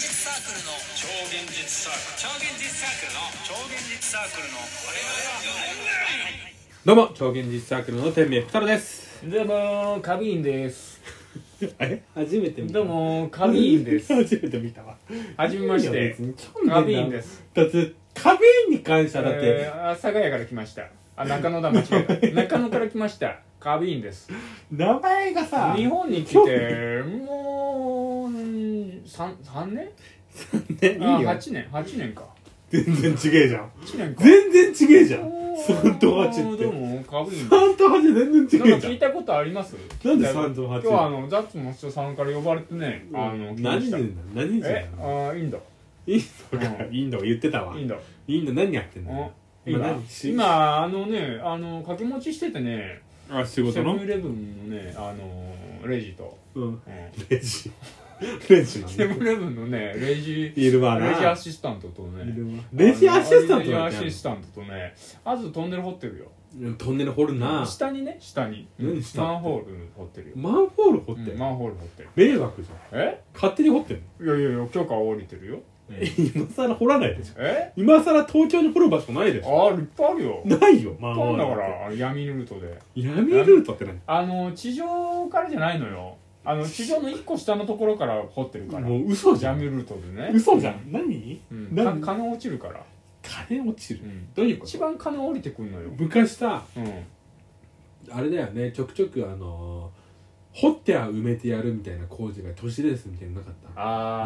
実サークルの超現実サークルのどうも超現実サークルの天命ふたろです。 どうもカビーンです。 初めて見た。 どうもカビーンです初めて見たわ。 はじめましてカビーンです。 だってカビーンに関してはだって、 阿佐ヶ谷から来ました。中野だ、間違えた。中野から来ましたカビーンです。 名前がさ、 日本に来てもう3年いいよ。 8年か。 全然違えじゃん。 1年か。 全然違えじゃん。3と8って。 どうもカビーンです。 3と8全然違えじゃん。 なんか聞いたことあります？ なんで3と8？ 今日はザッツの人さんから呼ばれてね、 何人なんだ？何人なんだ？ インドか。 インド言ってたわ。インド何やってんの？ 今掛け持ちしててね、 仕事のセブンイレブンのね、レジと、 レジなんセブンイレブンのね、レジアシスタントとね、 レジアシスタントとね、あずトンネル掘ってるよ。 トンネル掘るな。 下にマンホール掘ってるよ。 マンホール掘ってる。 マンホール掘ってる。 迷惑じゃん。勝手に掘ってんの？いや許可下りてるよ。 今更掘らないでしょ。今更東京に掘る場所ないでしょ。 いっぱいあるよ。 ないよ。 マンホールだから闇ルートで。 闇ルートって何？ 地上からじゃないのよ。地上の1個下のところから掘ってるから。 もう嘘じゃん。 闇ルートでね。 嘘じゃん。何？ 金落ちるから。 金落ちる？どういうこと？ 一番金降りてくんのよ。 昔さ、あれだよね、ちょくちょく掘っては埋めてやるみたいな工事が都市伝説みたいなのなかった？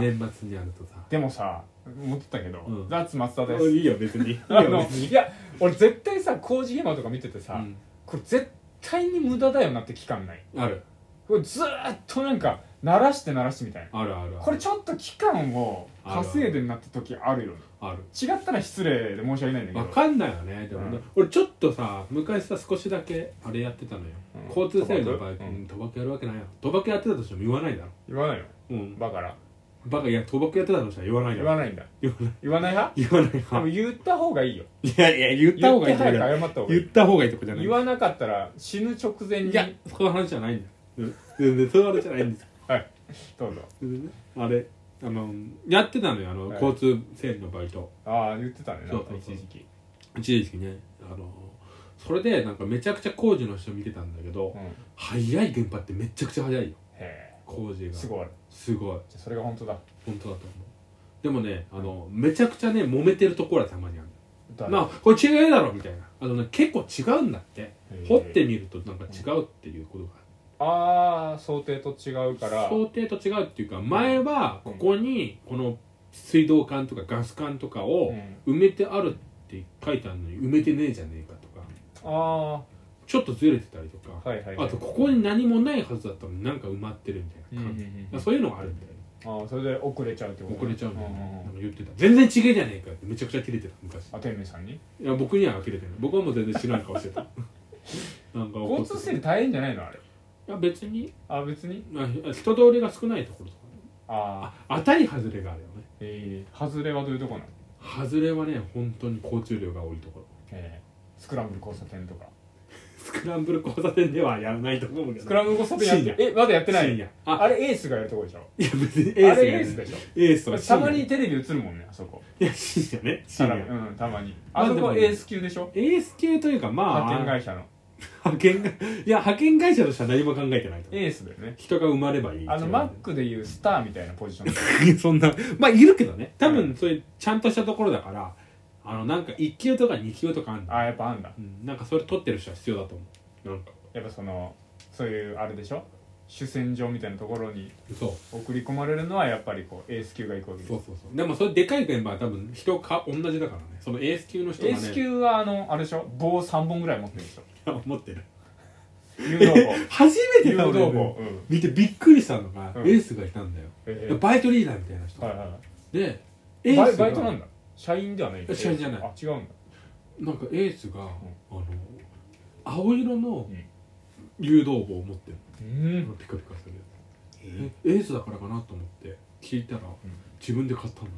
年末にあるとさ。 でもさ、思ってたけど、ザッツ松田です。 いいよ別に。 いや俺絶対さ、工事現場とか見ててさ、これ絶対に無駄だよなって期間ない？ ある。 これずーっとなんか鳴らしてみたいな。 ある。 これちょっと期間を稼いでになった時あるよね。違ったら失礼で申し訳ないんだけど。 分かんないよね。でもね、俺ちょっとさ、昔さ少しだけあれやってたのよ。交通整理の場合、賭博やるわけないよ。賭博やってたとしても言わないだろ。 言わないよ。バカ、いや賭博やってたとしたら言わないだろ。 言わないんだ。言わない派？ 言わない派。 でも言った方がいいよ。 いや言った方がいいとこじゃない。 謝った方がいい。 言った方がいいとこじゃない。 言わなかったら死ぬ直前に。 いや、そういう話じゃないんだよ。全然そういう話じゃないんですよ。 はい、どうぞ。 あれやってたのよ、交通整理のバイト。 言ってたね。なんか一時期ね、それでなんかめちゃくちゃ工事の人見てたんだけど、早い現場ってめちゃくちゃ早いよ。工事がすごい。じゃそれが本当だと思う。でもね、めちゃくちゃね揉めてるところはたまにある。まあこれ違うだろみたいな、結構違うんだって。掘ってみるとなんか違うっていうことがある。 想定と違うから。 想定と違うっていうか、前はここにこの水道管とかガス管とかを埋めてあるって書いてあるのに埋めてねえじゃねえかとか、ちょっとずれてたりとか、あとここに何もないはずだったのになんか埋まってるみたいな感じ、そういうのがあるんだよ。 それで遅れちゃうってこと？ 遅れちゃうんだよ。言ってた。全然違えじゃねえかってめちゃくちゃキレてた昔。 天明さんに？ いや僕にはキレてない。僕はもう全然知らない顔してた。 なんか交通整理大変じゃないのあれ？ いや別に人通りが少ないところとか当たり外れがあるよね。 外れはどういうところなの？ 外れはね、本当に交通量が多いところ。 スクランブル交差点とか。 スクランブル交差点ではやらないと思うけど。 スクランブル交差点やってまだやってない？あれエースがやるとこでしょ？いや別にエースあれエースでしょ？ エースとたまにテレビ映るもんね、あそこ。 いや深夜ね。 たまに。あそこエース級でしょ？ エース級というか派遣会社の。 派遣会社としては何も考えてないと。 エースだよね。 人が生まればいい。 マックでいうスターみたいなポジション。 そんな、まあいるけどね。多分そういうちゃんとしたところだから、なんか1級とか2級とかあるんだ。 やっぱあんだ。 なんかそれ取ってる人は必要だと思う。なんかやっぱそういうあれでしょ、主戦場みたいなところに送り込まれるのはやっぱりこうエース級が行くわけです。 そうでもそれでかい現場は多分人か同じだからね。そのエース級の人がね、 エース級はあれでしょ、棒3本ぐらい持ってるでしょ。 持ってる。 誘導棒初めて誘導棒見てびっくりしたのが、エースがいたんだよ。バイトリーダーみたいな人で、エースがバイトなんだ。社員ではない？ 社員じゃない。 違うんだ。 なんかエースが青色の誘導棒を持ってる。ピカピカするやつ。エースだからかなと思って聞いたら、自分で買ったんだって。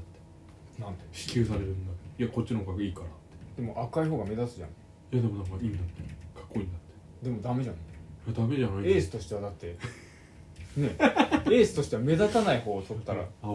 なんで支給されるんだけど、いやこっちの方がいいからって。 でも赤い方が目立つじゃん。 いやでもなんかいいんだって、かっこいいんだって。 でもダメじゃん。 ダメじゃない。 エースとしてはだってね、エースとしては目立たない方を取ったら青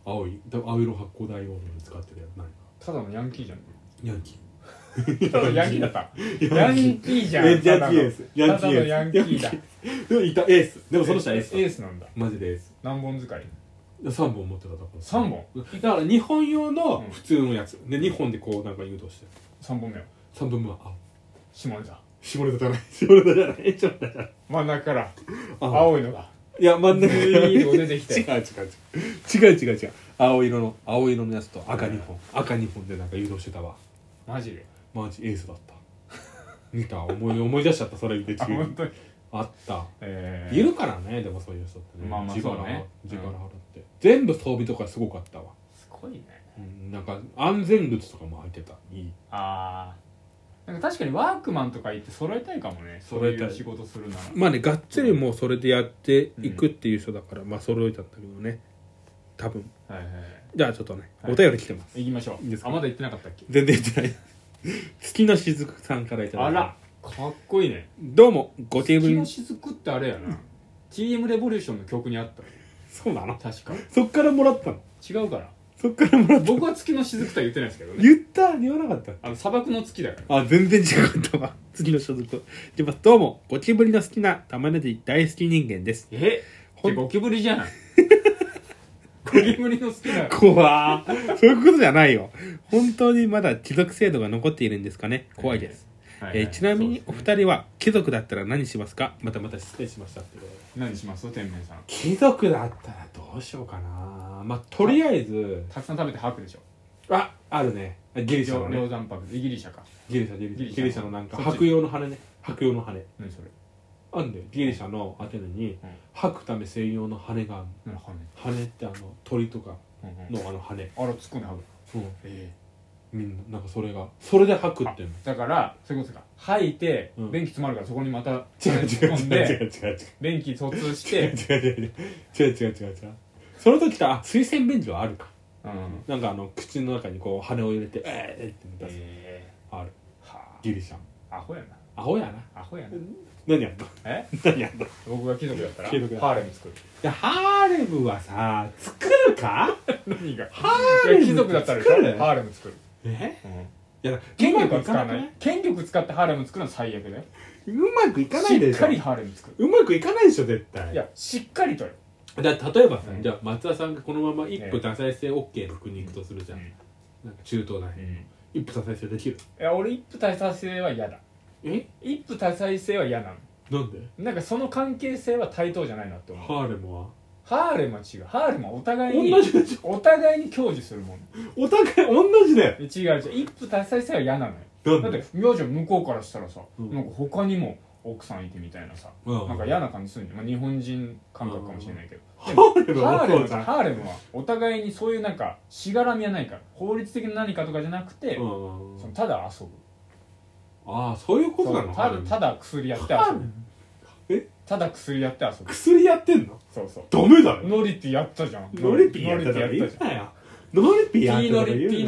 青色発光ダイオードに使ってるやつないか。 ただのヤンキーじゃん。 ヤンキーただヤンキーだった。ヤンキーじゃん。 ヤンキーです。 ただのヤンキーだ。 でもいたエース。でもその人はエース。 エースなんだ。 マジでエース。 何本使い ？3本持ってたとこ。 3本？ だから2本用の普通のやつ。で2本でこうなんか誘導してる。 3本目は 3本目は下ネタ。 下ネタじゃない。下ネタじゃない。下ネタじゃない。 真ん中から青いのが。 いや真ん中から出てきて。 違う。青色のやつと赤2本でなんか誘導してたわ。 マジで。 マジエースだった。見た思い出しちゃった。それ見て急に本当にあった、いるからね。でもそういう人ってね、 まあまあそうね、 自腹払って、全部装備とかすごかったわ。 すごいね、 なんか安全靴とかも入ってた。いい。 なんか確かにワークマンとか行って揃えたいかもね。そういう仕事するならまあね、がっつりもうそれでやっていくっていう人だから、まあ揃えたんだけどね、多分。じゃあちょっとね、お便り来てます。 行きましょう。いいですか？まだ言ってなかったっけ？ 全然言ってない月のしずくさんからいただいて。 あらかっこいいね。 どうもごテーブル。 月のしずくってあれやなTM レボリューションの曲にあった。 そうなの？ 確かそっからもらったの？ 違うから。 そっからもらった。 僕は月のしずくとは言ってないですけどね。 言わなかった。 砂漠の月だから。 全然違かったわ。月の所属。でもどうもゴキブリの好きな玉ねぎ大好き人間です。 ゴキブリじゃん。ゴキブリの好きな。 怖ー。そういうことじゃないよ。本当にまだ貴族制度が残っているんですかね。怖いです。ちなみにお二人は貴族だったら何しますか？また失礼しましたって。 何します？天明さん。 貴族だったらどうしようかな。まあとりあえずたくさん食べて吐くでしょ。 あるね。ギリシャのね。 量産パク。ギリシャか。 ギリシャのなんか白用の羽ね。白用の羽。 何それ？ あんでギリシャのアテネに吐くため専用の羽があるの。羽って鳥とかの羽。 あらつくね吐く。 みんななんかそれで吐くってんの。 だからそういうことか。吐いて便器詰まるからそこにまた違う便器突通して違うその時と水洗便所はあるか。なんか口の中にこう羽を入れてって出す。ある。ギリシャ。 アホやな。 何やんの？何やんの？ 僕が貴族だったらハーレム作る。 いやハーレムはさ作るか？ 何が？ ハーレム貴族だったらハーレム作る。 いや権力は使わない。権力使ってハーレム作るのは最悪だよ。 うまくいかないでしょ。 しっかりハーレム作る。 うまくいかないでしょ絶対。 いやしっかりとよ。 例えばさ、じゃあ松田さんがこのまま一夫多妻制 OK の国行くとするじゃん。なんか中東だね。一夫多妻制できる？ いや俺一夫多妻制は嫌だ。一夫多妻制は嫌なの。 なんで？なんかその関係性は対等じゃないなって思う。 ハーレムは違う。ハーレムはお互いに享受するもん。 お互い同じだよ。 違う一夫多妻制は嫌なのよ。だって名字向こうからしたらさ、なんか他にも奥さんいてみたいなさ、なんか嫌な感じするんじゃん。日本人感覚かもしれないけど、ハーレムはお互いにそういうなんかしがらみはないから、法律的な何かとかじゃなくて、ただ遊ぶ。 そういうことなの？ ただ薬やって遊ぶ。ただ薬やって遊ぶ。 薬やってんの？ そうそう。 ダメだよ。 ノリピやったじゃん。 ノリピやったじゃん。ノリピやったじゃん。 ピ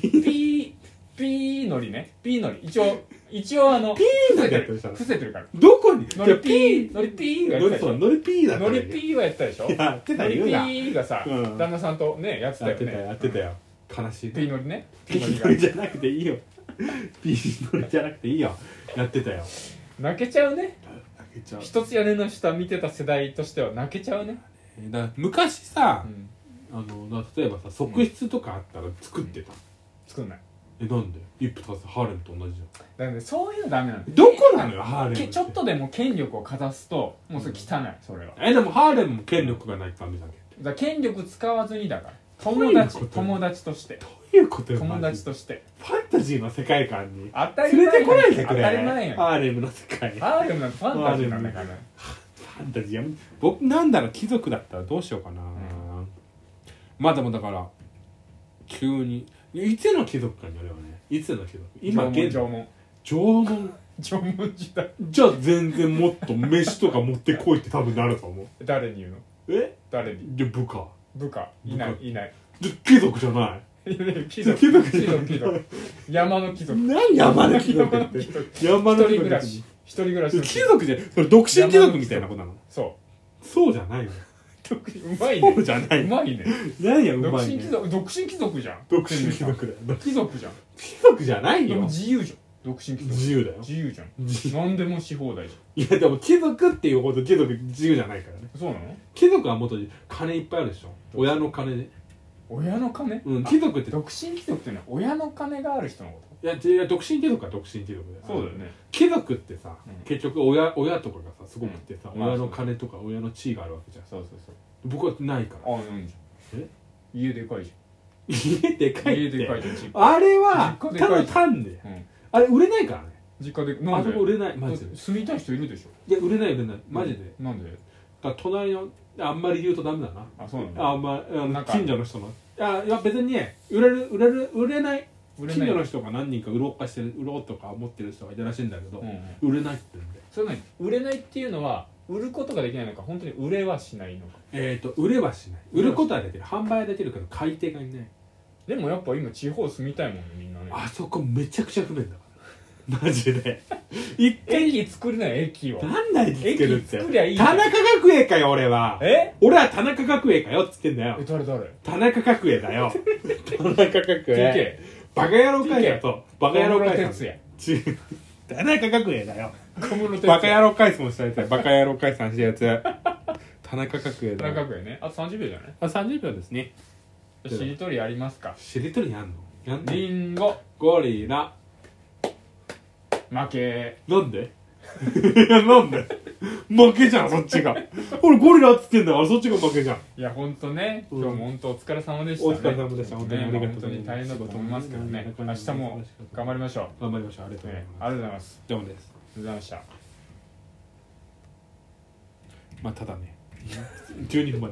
ーノリね。ピーノリ。一応ピーノリやってる。 伏せてるから。 どこに？ ノリピーはやったでしょ。 ノリピーだった。 ノリピーはやったでしょ。 やってたよ。 ノリピーがさ、旦那さんとねやってたよね。 やってたよ。悲しい。 ピーノリね。 ピーノリじゃなくていいよ。ピーノリじゃなくていいよ。やってたよ。 泣けちゃうね。一つ屋根の下見てた世代としては泣けちゃうね。 昔さ、例えばさ側室とかあったら作ってた？ 作んない。 なんで？一夫多妻ハーレムと同じじゃん。 だからね、そういうのダメなんだよ。 どこなのよハーレムって。 ちょっとでも権力をかざすともうそれ汚い。それはでもハーレムも権力がないとダメだけど。 だから権力使わずにだから友達として。 どういうことよ？ 友達としてファンタジーの世界観に連れてこないでくれ。 当たり前やん。 ハーレムの世界。 ハーレムなんてファンタジーなんだから。 ファンタジー僕なんだろう、貴族だったらどうしようかな。まあでもだから急にいつの貴族かによるよね。いつの貴族？今縄文時代。じゃあ全然もっと飯とか持ってこいって多分なると思う。 誰に言うの？誰に？ で部下いない。 貴族じゃない。 貴族。山の貴族。 何山の貴族って。山の貴族。 一人暮らし。 貴族じゃん。それ独身貴族みたいなことなの？ そうじゃないよ。 うまいね。 そうじゃない。 うまいね。 何やうまいね。 独身貴族じゃん。 独身貴族だよ。 貴族じゃん。 貴族じゃないよ。 でも自由じゃん。独身貴族。 自由だよ。 自由じゃん。何でもし放題じゃん。いやでも貴族っていうほど貴族自由じゃないからね。 そうなの？ 貴族はもっと金いっぱいあるでしょ。親の金で。 親の金？ うん。貴族って独身貴族ってね、親の金がある人のこと？ いや独身貴族は独身貴族だよ。 そうだよね。 貴族ってさ、結局親とかがさすごくてさ、親の金とか親の地位があるわけじゃん。 そうそうそう。 僕はないから。 あ、なんじゃん。家でかいじゃん。家でかいって。 家でかいじゃん。 あれはただ単で。あれ売れないからね。 実家で。 あそこ売れないマジで。 住みたい人いるでしょ。 いや売れないマジで。 なんで？ 隣のあんまり言うとダメだな。 あ、そうなんだ。 あんま近所の人の。いや別にね売れない。近所の人が何人か売ろうとか思ってる人がいたらしいんだけど、売れないって言うんで。 それ何？売れないっていうのは売ることができないのか、本当に売れはしないのか。 売れはしない。売ることはできる。販売はできるけど買い手がいない。 でもやっぱ今地方住みたいもんね、みんなね。 あそこめちゃくちゃ不便だからマジで駅作れない。駅をなんだ駅作るって。 駅作りゃいい。 田中角栄かよ俺は。俺は田中角栄かよっつってんだよ。 誰田中角栄だよ。田中角栄。バカ野郎会社とバカ野郎会社。田中角栄だよ。バカ野郎会社もしたやつ。バカ野郎会社したやつ。田中角栄だよ。 田中角栄ね。あと30秒じゃない？ あ、30秒ですね。 しりとりやりますか？ しりとりやんの？ リンゴゴリラ負け。 なんで？いやなんで？負けじゃんそっちが。俺ゴリラっつってんだからそっちが負けじゃん。 いやほんとね、今日も本当お疲れ様でしたね。 お疲れ様でした。本当に本当に大変だったと思いますけどね。明日も頑張りましょう。 頑張りましょう。ありがとうございます。 ありがとうございます。 どうもです。 ありがとうございました。 まあただね12分まで